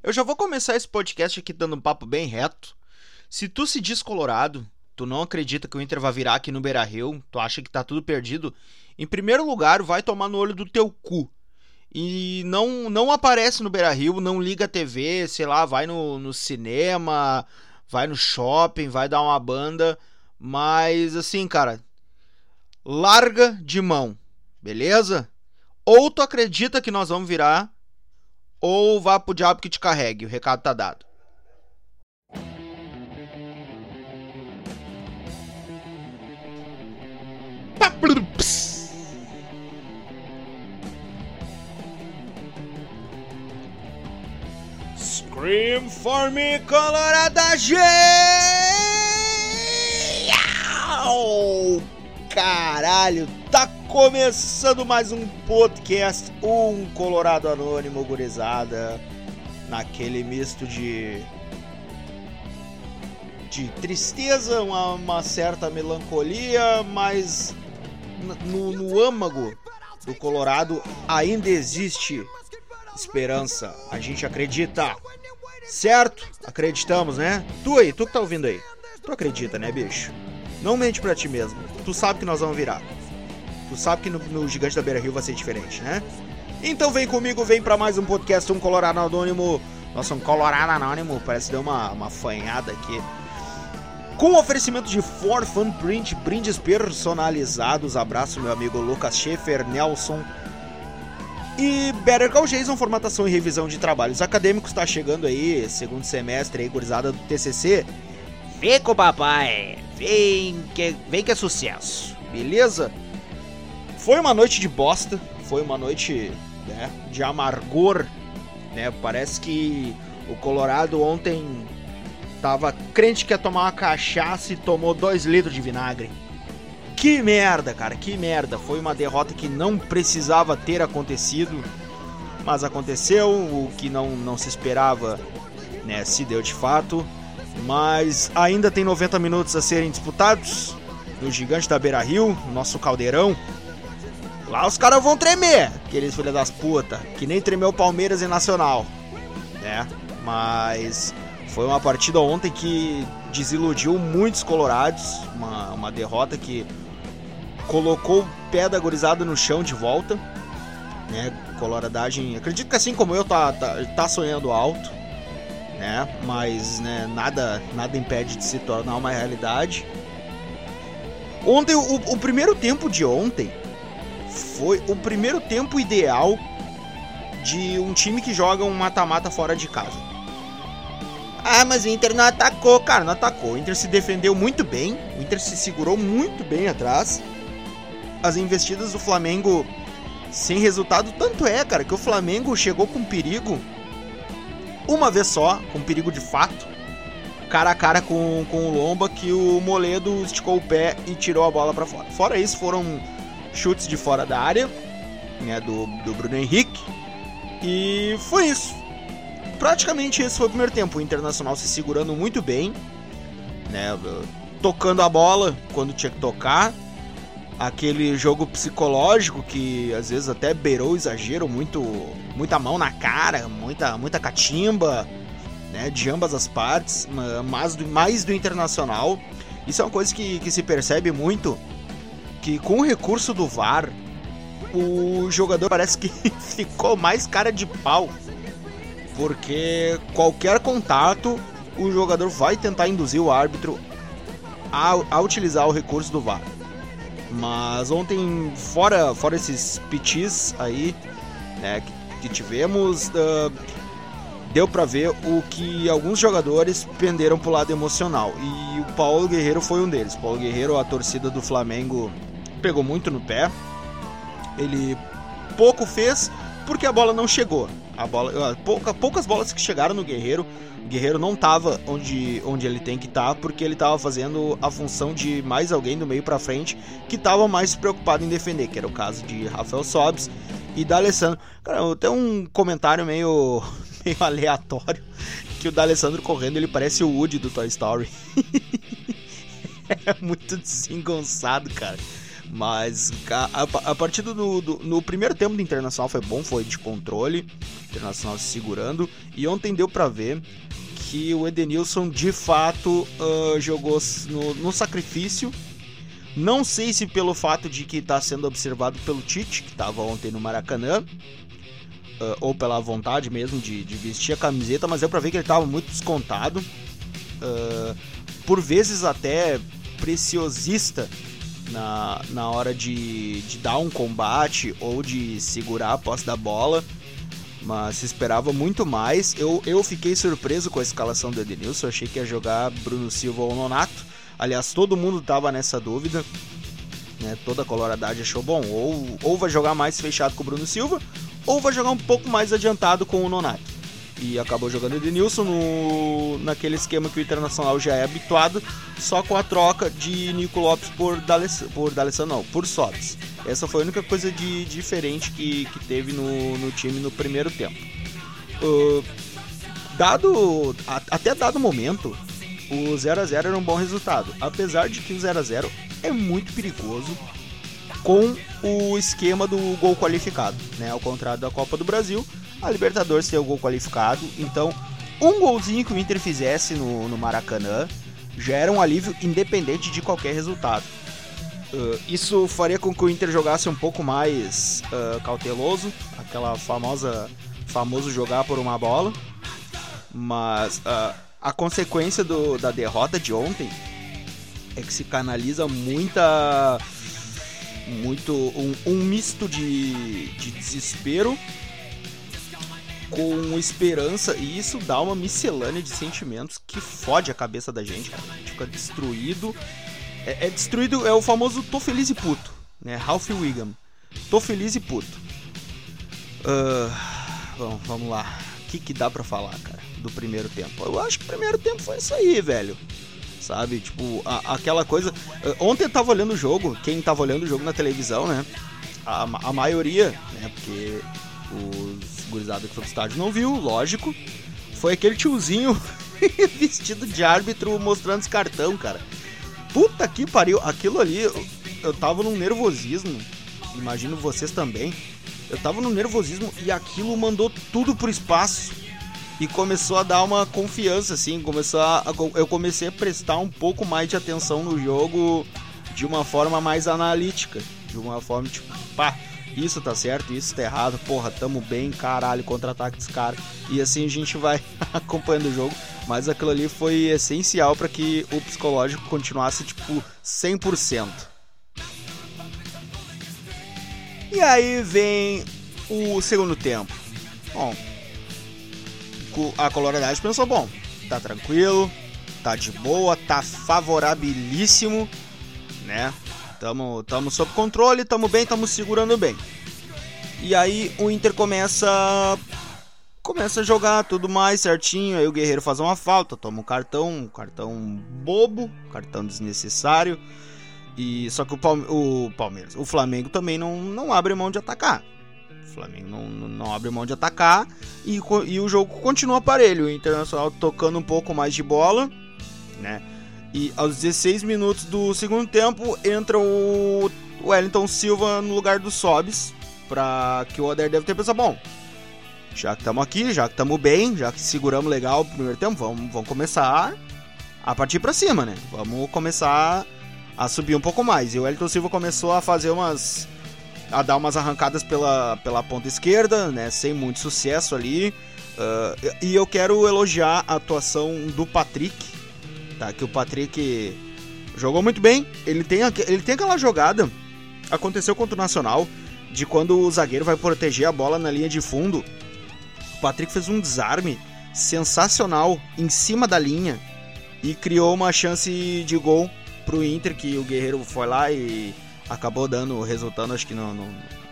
Eu já vou começar esse podcast aqui dando um papo bem reto. Se tu se diz colorado, tu não acredita que o Inter vai virar aqui no Beira-Rio, tu acha que tá tudo perdido, em primeiro lugar, vai tomar no olho do teu cu. E não aparece no Beira-Rio, não liga a TV, sei lá, vai no cinema, vai no shopping, vai dar uma banda. Mas assim, cara, larga de mão, beleza? Ou tu acredita que nós vamos virar, ou vá pro diabo que te carregue, o recado tá dado. Scream for me, Colorada G! Caralho, tá começando mais um podcast, um Colorado Anônimo, gurizada, naquele misto de tristeza, uma certa melancolia, mas no âmago do Colorado ainda existe esperança, a gente acredita, certo? Acreditamos, né? Tu que tá ouvindo aí, tu acredita, né, bicho? Não mente pra ti mesmo, tu sabe que nós vamos virar. Tu sabe que no Gigante da Beira-Rio vai ser diferente, né? Então vem comigo, vem pra mais um podcast, um Colorado Anônimo. Nossa, um Colorado Anônimo, parece que deu uma fanhada aqui. Com oferecimento de For Fun Print, brindes personalizados. Abraço, meu amigo Lucas Schaefer, Nelson. E Better Call Jason, formatação e revisão de trabalhos acadêmicos. Tá chegando aí, segundo semestre aí, gurizada do TCC. Vem com o papai, vem que é sucesso, beleza? Foi uma noite de bosta, foi uma noite, né, de amargor, né? Parece que o Colorado ontem tava crente que ia tomar uma cachaça e tomou 2 litros de vinagre. Que merda, cara, que merda. Foi uma derrota que não precisava ter acontecido, mas aconteceu. O que não se esperava, né, se deu de fato. Mas ainda tem 90 minutos a serem disputados no Gigante da Beira-Rio, nosso caldeirão. Lá os caras vão tremer, aqueles filhos das putas, que nem tremeu o Palmeiras e Nacional, né? Mas foi uma partida ontem que desiludiu muitos colorados, uma derrota que colocou o pé da gurizada no chão de volta, né? Coloradagem, acredito que assim como eu tá sonhando alto, né? Mas, né, nada impede de se tornar uma realidade. Ontem, o primeiro tempo de ontem foi o primeiro tempo ideal de um time que joga um mata-mata fora de casa. Ah, mas o Inter não atacou, cara, não atacou. O Inter se defendeu muito bem, o Inter se segurou muito bem atrás. As investidas do Flamengo sem resultado, tanto é, cara, que o Flamengo chegou com perigo uma vez só, com perigo de fato, cara a cara com o Lomba, que o Moledo esticou o pé e tirou a bola pra fora. Fora isso, foram chutes de fora da área, né, do Bruno Henrique, e foi isso. Praticamente esse foi o primeiro tempo, o Internacional se segurando muito bem, né, tocando a bola quando tinha que tocar, aquele jogo psicológico que às vezes até beirou o exagero, muita mão na cara, muita catimba, né, de ambas as partes, mas mais do Internacional. Isso é uma coisa que se percebe muito, que com o recurso do VAR, o jogador parece que ficou mais cara de pau, porque qualquer contato, o jogador vai tentar induzir o árbitro a utilizar o recurso do VAR. Mas ontem, fora esses pitis aí, né, que tivemos, deu pra ver o que alguns jogadores penderam pro lado emocional. E o Paulo Guerreiro foi um deles. Paulo Guerreiro, a torcida do Flamengo pegou muito no pé. Ele pouco fez porque a bola não chegou. Poucas bolas que chegaram no Guerreiro. O Guerreiro não estava onde ele tem que estar, porque ele estava fazendo a função de mais alguém do meio pra frente que estava mais preocupado em defender, que era o caso de Rafael Sobis e D'Alessandro. Cara, tem um comentário meio aleatório, que o D'Alessandro correndo, ele parece o Woody do Toy Story. É muito desengonçado, cara. Mas a partida no primeiro tempo do Internacional foi bom, foi de controle. Internacional se segurando, e ontem deu pra ver que o Edenilson de fato jogou no sacrifício. Não sei se pelo fato de que está sendo observado pelo Tite, que estava ontem no Maracanã, ou pela vontade mesmo de vestir a camiseta, mas deu pra ver que ele estava muito descontado, por vezes até preciosista na hora de dar um combate ou de segurar a posse da bola, mas se esperava muito mais. Eu fiquei surpreso com a escalação do Edenilson, achei que ia jogar Bruno Silva ou Nonato. Aliás, todo mundo tava nessa dúvida, né? Toda a coloradade achou bom, ou vai jogar mais fechado com o Bruno Silva, ou vai jogar um pouco mais adiantado com o Nonato. E acabou jogando o Edenilson naquele esquema que o Internacional já é habituado, só com a troca de Nico Lopes por Sobis. Essa foi a única coisa de diferente que teve no time no primeiro tempo. Até dado momento, o 0x0 era um bom resultado, apesar de que o 0x0 é muito perigoso com o esquema do gol qualificado, né? Ao contrário da Copa do Brasil, a Libertadores tem o gol qualificado, então um golzinho que o Inter fizesse no Maracanã já era um alívio independente de qualquer resultado. Isso faria com que o Inter jogasse um pouco mais cauteloso, aquela famoso jogar por uma bola, mas a consequência da derrota de ontem é que se canaliza um misto de desespero com esperança, e isso dá uma miscelânea de sentimentos que fode a cabeça da gente, cara. A gente fica destruído. Destruído, é o famoso tô feliz e puto, né? Ralph Wiggum. Tô feliz e puto. Bom, vamos lá. O que dá pra falar, cara, do primeiro tempo? Eu acho que o primeiro tempo foi isso aí, velho. Sabe, tipo, aquela coisa... Ontem eu tava olhando o jogo, quem tava olhando o jogo na televisão, né? A maioria, né? Porque os gurizados que foi pro estádio não viu, lógico. Foi aquele tiozinho vestido de árbitro mostrando os cartão, cara. Puta que pariu, aquilo ali, eu tava num nervosismo, imagino vocês também. Eu tava num nervosismo e aquilo mandou tudo pro espaço. E começou a dar uma confiança, assim, eu comecei a prestar um pouco mais de atenção no jogo de uma forma mais analítica. De uma forma tipo, pá, isso tá certo, isso tá errado, porra, tamo bem, caralho, contra-ataque dos caras. E assim a gente vai acompanhando o jogo, mas aquilo ali foi essencial para que o psicológico continuasse, tipo, 100%. E aí vem o segundo tempo. Bom, a coloradade pensou, bom, tá tranquilo, tá de boa, tá favorabilíssimo, né? Tamo sob controle, tamo bem, tamo segurando bem. E aí o Inter começa a jogar tudo mais certinho, aí o Guerreiro faz uma falta, toma um cartão bobo, cartão desnecessário. E só que o Flamengo também não abre mão de atacar. O Flamengo não abre mão de atacar e o jogo continua parelho. O Internacional tocando um pouco mais de bola, né? E aos 16 minutos do segundo tempo entra o Wellington Silva no lugar do Sobis, para que o Oder deve ter pensado, bom, já que estamos aqui, já que estamos bem, já que seguramos legal o primeiro tempo, vamos começar a partir para cima, né? Vamos começar a subir um pouco mais. E o Wellington Silva começou a dar umas arrancadas pela ponta esquerda, né? Sem muito sucesso ali. E eu quero elogiar a atuação do Patrick, tá? Que o Patrick jogou muito bem. Ele tem aquela jogada, aconteceu contra o Nacional, de quando o zagueiro vai proteger a bola na linha de fundo. O Patrick fez um desarme sensacional em cima da linha e criou uma chance de gol pro Inter, que o Guerreiro foi lá e acabou resultando, acho que num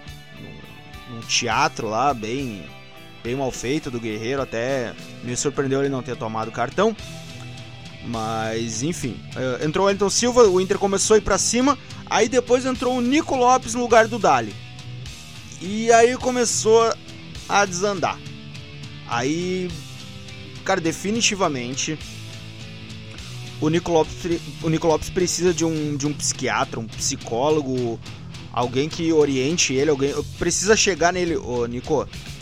teatro lá, bem mal feito do Guerreiro. Até me surpreendeu ele não ter tomado cartão. Mas enfim, entrou o Wellington Silva, o Inter começou a ir pra cima. Aí depois entrou o Nico Lopes no lugar do Dali. E aí começou a desandar. Aí, cara, definitivamente o Nico Lopes precisa de um psiquiatra, um psicólogo, alguém que oriente ele, precisa chegar nele. Ô, Nico,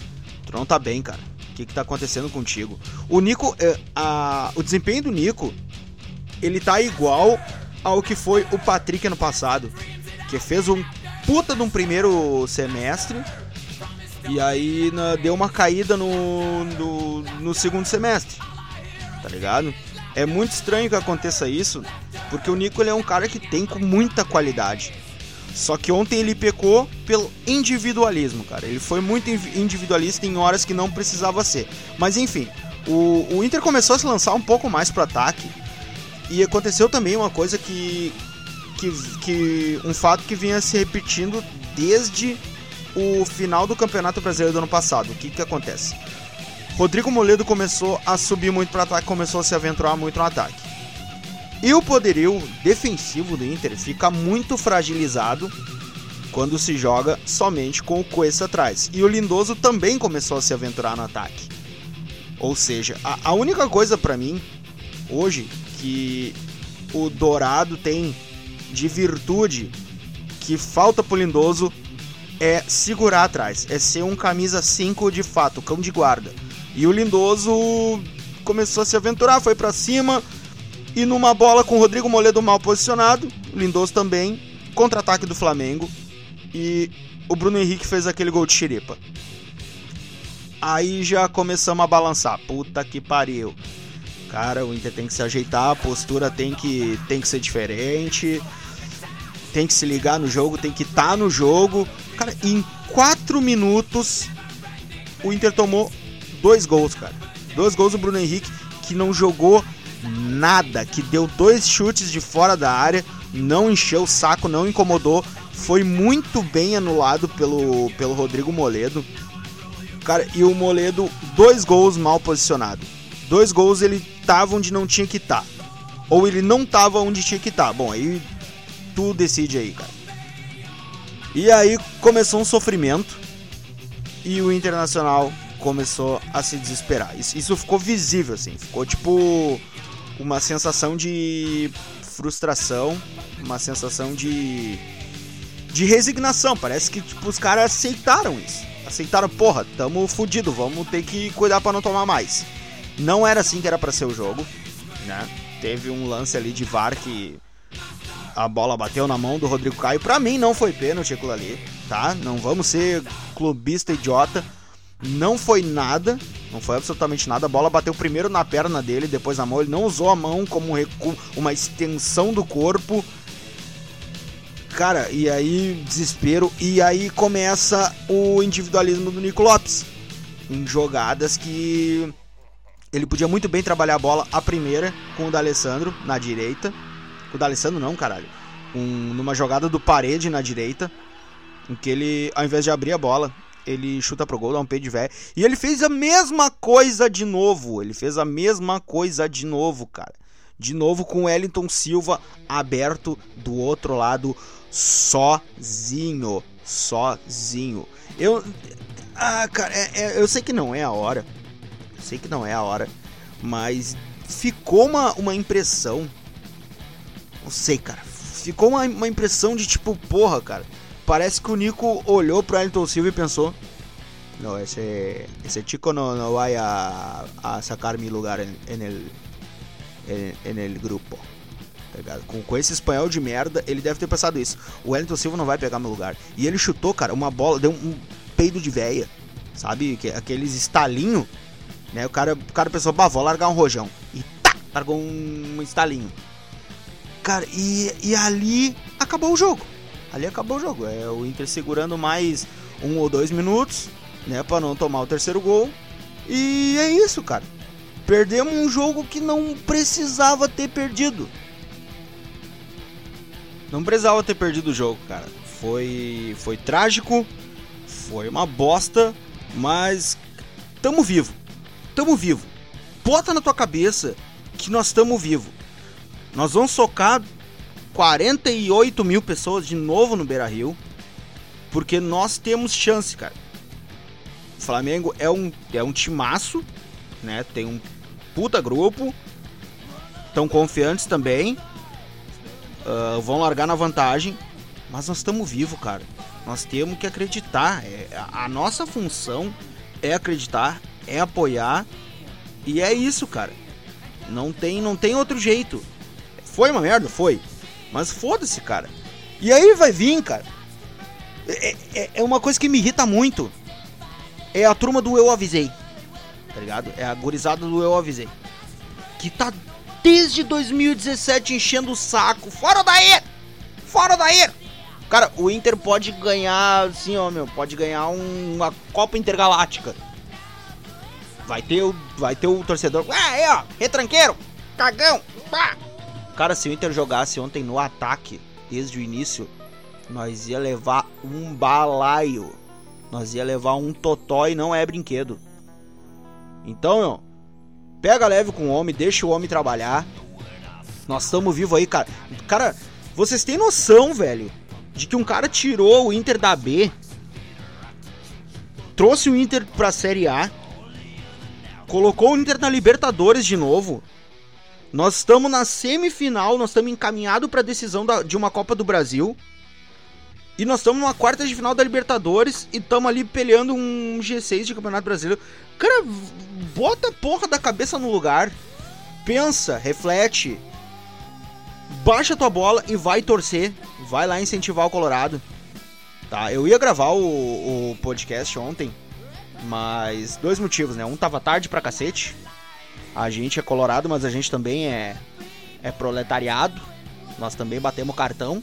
Tu não tá bem, cara. O que tá acontecendo contigo? O Nico, o desempenho do Nico, ele tá igual ao que foi o Patrick ano passado, que fez um puta de um primeiro semestre e aí deu uma caída no segundo semestre, tá ligado? É muito estranho que aconteça isso, porque o Nico ele é um cara que tem com muita qualidade. Só que ontem ele pecou pelo individualismo, cara. Ele foi muito individualista em horas que não precisava ser. Mas enfim, o Inter começou a se lançar um pouco mais pro ataque. E aconteceu também uma coisa que um fato que vinha se repetindo desde o final do Campeonato Brasileiro do ano passado. O que acontece? Rodrigo Moledo começou a subir muito para ataque, começou a se aventurar muito no ataque. E o poderio defensivo do Inter fica muito fragilizado quando se joga somente com o Cuesta atrás. E o Lindoso também começou a se aventurar no ataque. Ou seja, a única coisa para mim hoje que o Dourado tem de virtude que falta pro Lindoso é segurar atrás, é ser um camisa 5 de fato, cão de guarda. E o Lindoso começou a se aventurar, foi pra cima, e numa bola com o Rodrigo Moledo mal posicionado, o Lindoso também, contra-ataque do Flamengo, e o Bruno Henrique fez aquele gol de xiripa. Aí já começamos a balançar, puta que pariu. Cara, o Inter tem que se ajeitar, a postura tem que ser diferente, tem que se ligar no jogo, tem que estar no jogo. Cara, em 4 minutos o Inter tomou 2 gols, cara. 2 gols do Bruno Henrique, que não jogou nada, que deu 2 chutes de fora da área, não encheu o saco, não incomodou, foi muito bem anulado pelo Rodrigo Moledo. Cara, e o Moledo, 2 gols mal posicionado. 2 gols ele tava onde não tinha que estar. Ou ele não tava onde tinha que estar. Bom, aí tu decide aí, cara. E aí começou um sofrimento e o Internacional começou a se desesperar. Isso ficou visível, assim. Ficou tipo uma sensação de frustração, uma sensação de resignação. Parece que tipo, os caras aceitaram isso. Aceitaram, porra, tamo fudido, vamos ter que cuidar pra não tomar mais. Não era assim que era pra ser o jogo, né? Teve um lance ali de VAR que a bola bateu na mão do Rodrigo Caio. Pra mim não foi pênalti aquilo ali, tá? Não vamos ser clubista idiota. Não foi nada, não foi absolutamente nada. A bola bateu primeiro na perna dele, depois na mão. Ele não usou a mão como uma extensão do corpo. Cara, e aí desespero. E aí começa o individualismo do Nico Lopes. Em jogadas que ele podia muito bem trabalhar a bola a primeira com o D'Alessandro na direita. Com o D'Alessandro não, caralho. Numa jogada do Parede na direita, em que ele, ao invés de abrir a bola, ele chuta pro gol, dá um pé de véia. E ele fez a mesma coisa de novo. Ele fez a mesma coisa de novo, cara. De novo com o Wellington Silva aberto do outro lado, sozinho. Sozinho. Cara, eu sei que não é a hora. Eu sei que não é a hora. Mas ficou uma impressão. Não sei, cara. Ficou uma impressão de tipo, porra, cara. Parece que o Nico olhou pro Wellington Silva e pensou: não, esse chico não vai a sacar mi lugar en el grupo. Tá ligado? Com esse espanhol de merda, ele deve ter pensado isso. O Wellington Silva não vai pegar meu lugar. E ele chutou, cara, uma bola, deu um peido de véia. Sabe? Aqueles estalinhos. Né? O cara pensou: bah, vou largar um rojão. E tá! Largou um estalinho. Cara, e ali acabou o jogo. Ali acabou o jogo. É o Inter segurando mais 1 ou 2 minutos, né, pra não tomar o terceiro gol. E é isso, cara. Perdemos um jogo que não precisava ter perdido. Não precisava ter perdido o jogo, cara. Foi trágico, foi uma bosta, mas tamo vivo. Tamo vivo. Bota na tua cabeça que nós tamo vivo. Nós vamos socar 48 mil pessoas de novo no Beira-Rio, porque nós temos chance, cara. O Flamengo é um timaço, né? Tem um puta grupo, tão confiantes também, vão largar na vantagem, mas nós estamos vivos, cara. Nós temos que acreditar. A nossa função é acreditar, é apoiar, e é isso, cara. Não tem outro jeito. Foi uma merda? Foi. Mas foda-se, cara. E aí vai vir, cara. É uma coisa que me irrita muito. É a turma do Eu Avisei. Tá ligado? É a gurizada do Eu Avisei. Que tá desde 2017 enchendo o saco. Fora daí! Fora daí! Cara, o Inter pode ganhar, assim, ó, meu. Pode ganhar uma Copa Intergaláctica. Vai ter o torcedor. Ah, aí, ó. Retranqueiro. Cagão. Pá. Cara, se o Inter jogasse ontem no ataque, desde o início, nós ia levar um balaio. Nós ia levar um totó e não é brinquedo. Então, meu, pega leve com o homem, deixa o homem trabalhar. Nós estamos vivos aí, cara. Cara, vocês têm noção, velho, de que um cara tirou o Inter da B, trouxe o Inter pra Série A, colocou o Inter na Libertadores de novo. Nós estamos na semifinal, nós estamos encaminhados pra decisão de uma Copa do Brasil. E nós estamos numa quarta de final da Libertadores e estamos ali peleando um G6 de Campeonato Brasileiro. Cara, bota a porra da cabeça no lugar. Pensa, reflete. Baixa tua bola e vai torcer. Vai lá incentivar o Colorado. Tá, eu ia gravar o podcast ontem, mas 2 motivos, né? Um, tava tarde pra cacete. A gente é colorado, mas a gente também é proletariado. Nós também batemos cartão.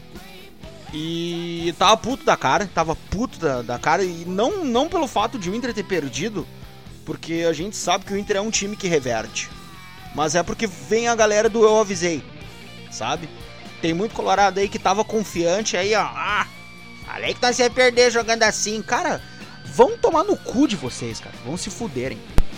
E tava puto da cara. Tava puto da cara. E não pelo fato de o Inter ter perdido, porque a gente sabe que o Inter é um time que reverte. Mas é porque vem a galera do Eu Avisei, sabe? Tem muito colorado aí que tava confiante aí, ó. Falei que nós ia perder jogando assim. Cara, vão tomar no cu de vocês, cara. Vão se fuderem.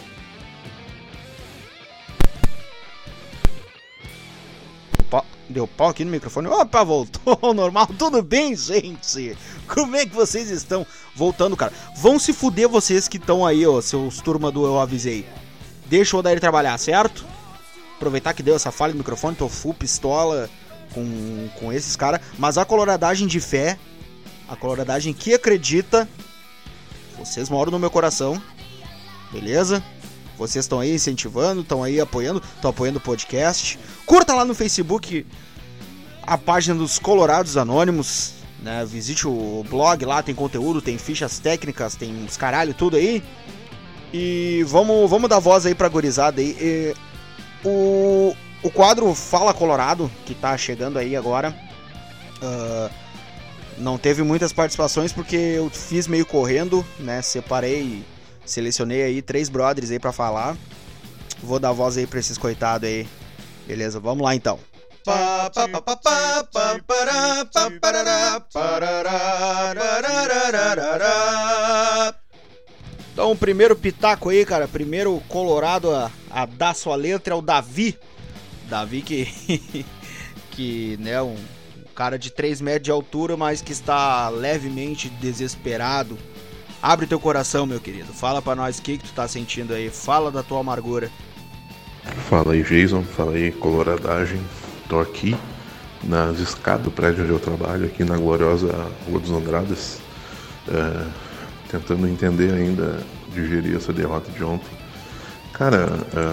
Deu pau aqui no microfone. Opa, voltou ao normal. Tudo bem, gente? Como é que vocês estão? Voltando, cara. Vão se fuder vocês que estão aí, ó, seus turma do Eu Avisei. Deixa o Odair trabalhar, certo? Aproveitar que deu essa falha no microfone. Tô full pistola com esses caras. Mas a coloradagem de fé, a coloradagem que acredita, vocês moram no meu coração. Beleza? Vocês estão aí incentivando, estão aí apoiando, estão apoiando o podcast. Curta lá no Facebook a página dos Colorados Anônimos, né? Visite o blog lá, tem conteúdo, tem fichas técnicas, tem os caralho, tudo aí. E vamos dar voz aí pra gurizada aí. O quadro Fala Colorado, que tá chegando aí agora, não teve muitas participações porque eu fiz meio correndo, né? Selecionei aí 3 brothers aí pra falar. Vou dar voz aí pra esses coitados aí. Beleza, vamos lá então. Então o primeiro pitaco aí, cara. Primeiro colorado a dar sua letra é o Davi. Davi que né, um cara de 3 metros de altura, mas que está levemente desesperado. Abre teu coração, meu querido. Fala pra nós o que tu tá sentindo aí. Fala da tua amargura. Fala aí, Jason. Fala aí, coloradagem. Tô aqui nas escadas do prédio onde eu trabalho, aqui na gloriosa Rua dos Andradas, tentando entender ainda, digerir essa derrota de ontem. Cara,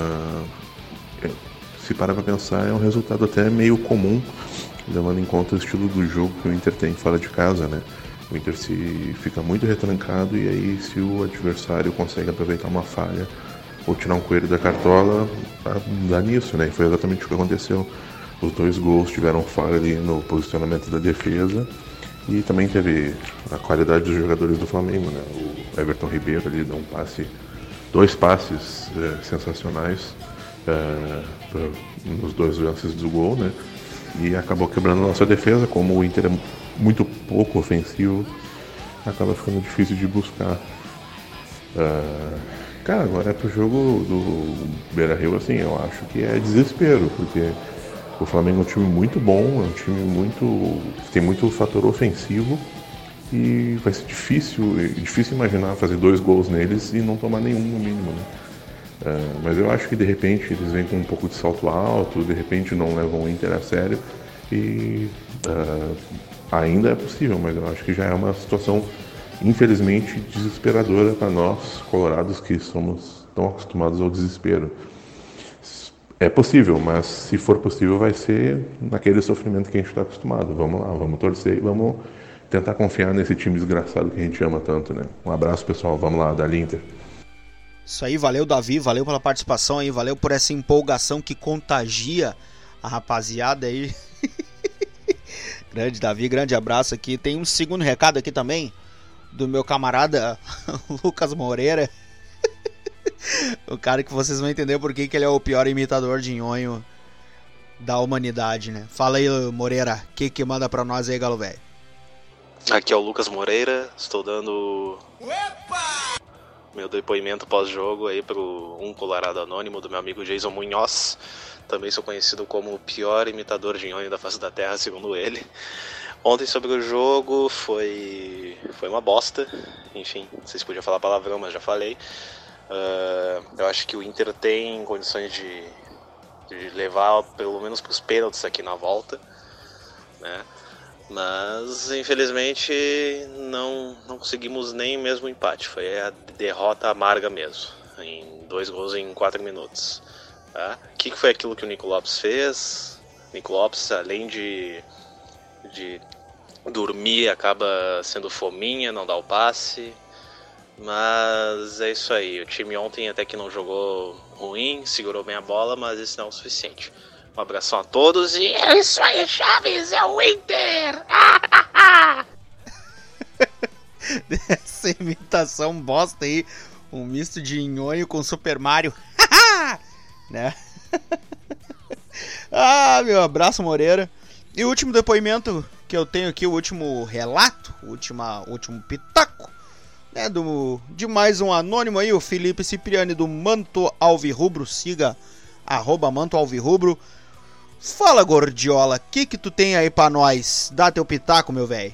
se parar pra pensar, é um resultado até meio comum, levando em conta o estilo do jogo que o Inter tem fora de casa, né? O Inter fica muito retrancado e aí se o adversário consegue aproveitar uma falha ou tirar um coelho da cartola, dá nisso, né? E foi exatamente o que aconteceu. Os 2 gols tiveram falha ali no posicionamento da defesa e também teve a qualidade dos jogadores do Flamengo, né? O Everton Ribeiro ali deu 2 passes sensacionais nos 2 lances do gol, né? E acabou quebrando a nossa defesa. Como o Inter é muito pouco ofensivo, acaba ficando difícil de buscar. Cara, agora é pro jogo do Beira-Rio, assim, eu acho que é desespero, porque o Flamengo é um time muito bom, é um time que tem muito fator ofensivo e vai ser difícil imaginar fazer 2 gols neles e não tomar nenhum no mínimo, né? Mas eu acho que de repente eles vêm com um pouco de salto alto, de repente não levam o Inter a sério e ainda é possível, mas eu acho que já é uma situação infelizmente, desesperadora para nós, colorados, que somos tão acostumados ao desespero. É possível, mas se for possível vai ser naquele sofrimento que a gente está acostumado. Vamos lá, vamos torcer e vamos tentar confiar nesse time desgraçado que a gente ama tanto, né? Um abraço, pessoal. Vamos lá, Dali Inter. Isso aí, valeu, Davi, valeu pela participação aí, valeu por essa empolgação que contagia a rapaziada aí. Grande Davi, grande abraço aqui. Tem um segundo recado aqui também do meu camarada Lucas Moreira. O cara que vocês vão entender por que ele é o pior imitador de nhonho da humanidade, né? Fala aí, Moreira, o que manda pra nós aí, Galo Velho? Aqui é o Lucas Moreira, estou dando meu depoimento pós-jogo aí pro colorado anônimo do meu amigo Jason Munhoz. Também sou conhecido como o pior imitador de nhonho da face da terra, segundo ele. Ontem sobre o jogo foi uma bosta. Enfim, vocês podiam falar palavrão, mas já falei. Eu acho que o Inter tem condições de levar pelo menos para os pênaltis aqui na volta, né? Mas infelizmente não conseguimos nem mesmo o empate. Foi a derrota amarga mesmo, em 2 gols em 4 minutos. Tá? O que foi aquilo que o Nico Lopes fez? Nico Lopes, além de dormir, acaba sendo fominha, não dá o passe. Mas é isso aí, o time ontem até que não jogou ruim, segurou bem a bola, mas isso não é o suficiente. Um abração a todos e é isso aí, Chaves, é o Inter! Essa imitação bosta aí, um misto de nhonho com Super Mario, né? Meu abraço, Moreira. E o último depoimento que eu tenho aqui, o último relato, o último pitaco, né, de mais um anônimo aí, o Felipe Cipriani do Manto Alvirrubro. Siga @Manto Alvirrubro. Fala, Gordiola, o que tu tem aí pra nós? Dá teu pitaco, meu velho.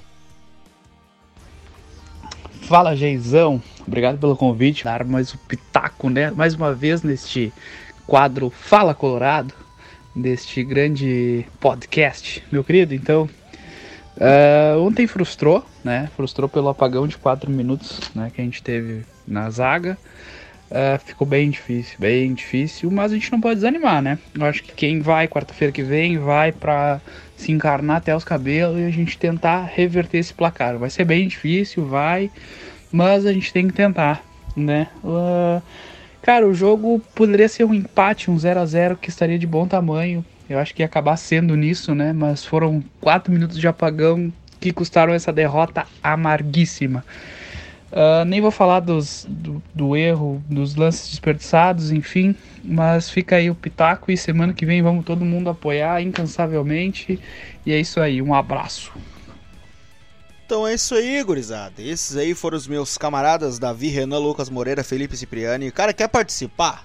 Fala, Geizão, obrigado pelo convite. Dar mais um pitaco, né? Mais uma vez neste quadro Fala Colorado, deste grande podcast, meu querido. Então, ontem frustrou, né? Frustrou pelo apagão de 4 minutos, né, que a gente teve na zaga. Ficou bem difícil, mas a gente não pode desanimar, né? Eu acho que quem vai quarta-feira que vem vai pra se encarnar até os cabelos e a gente tentar reverter esse placar. Vai ser bem difícil, mas a gente tem que tentar, né? Cara, o jogo poderia ser um empate, um 0-0 que estaria de bom tamanho. Eu acho que ia acabar sendo nisso, né? Mas foram 4 minutos de apagão que custaram essa derrota amarguíssima. Nem vou falar do erro, dos lances desperdiçados, enfim, mas fica aí o pitaco e semana que vem vamos todo mundo apoiar incansavelmente. E é isso aí, um abraço. Então é isso aí, gurizada. Esses aí foram os meus camaradas Davi, Renan, Lucas Moreira, Felipe Cipriani. Cara, quer participar?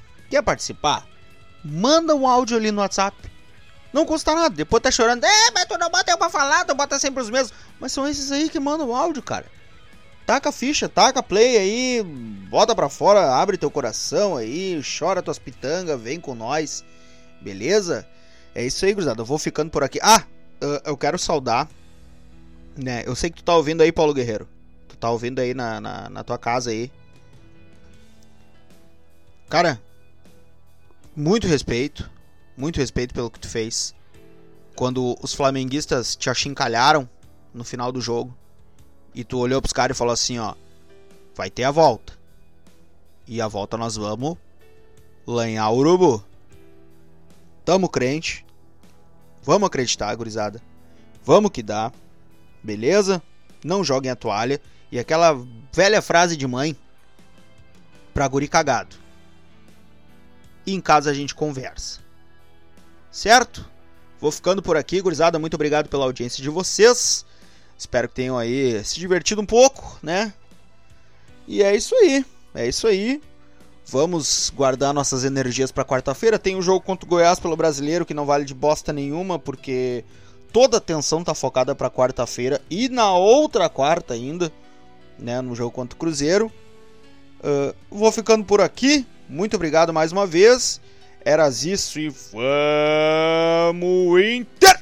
Manda um áudio ali no WhatsApp. Não custa nada, depois tá chorando. Mas tu não bota eu pra falar, tu bota sempre os mesmos. Mas são esses aí que mandam o áudio, cara. Taca a ficha, taca play aí, bota pra fora, abre teu coração aí, chora tuas pitangas, vem com nós, beleza? É isso aí, gurizada, eu vou ficando por aqui. Eu quero saudar, né, eu sei que tu tá ouvindo aí, Paulo Guerreiro, tu tá ouvindo aí na tua casa aí. Cara, muito respeito pelo que tu fez. Quando os flamenguistas te achincalharam no final do jogo, e tu olhou pros caras e falou assim, ó, vai ter a volta. E a volta nós vamos lanhar o urubu. Tamo crente. Vamos acreditar, gurizada. Vamos que dá. Beleza? Não joguem a toalha. E aquela velha frase de mãe pra guri cagado. E em casa a gente conversa. Certo? Vou ficando por aqui, gurizada. Muito obrigado pela audiência de vocês. Espero que tenham aí se divertido um pouco, né? E é isso aí. Vamos guardar nossas energias para quarta-feira. Tem um jogo contra o Goiás pelo Brasileiro que não vale de bosta nenhuma, porque toda a atenção tá focada para quarta-feira e na outra quarta ainda, né? No jogo contra o Cruzeiro. Vou ficando por aqui. Muito obrigado mais uma vez. Eras isso e vamos Inter!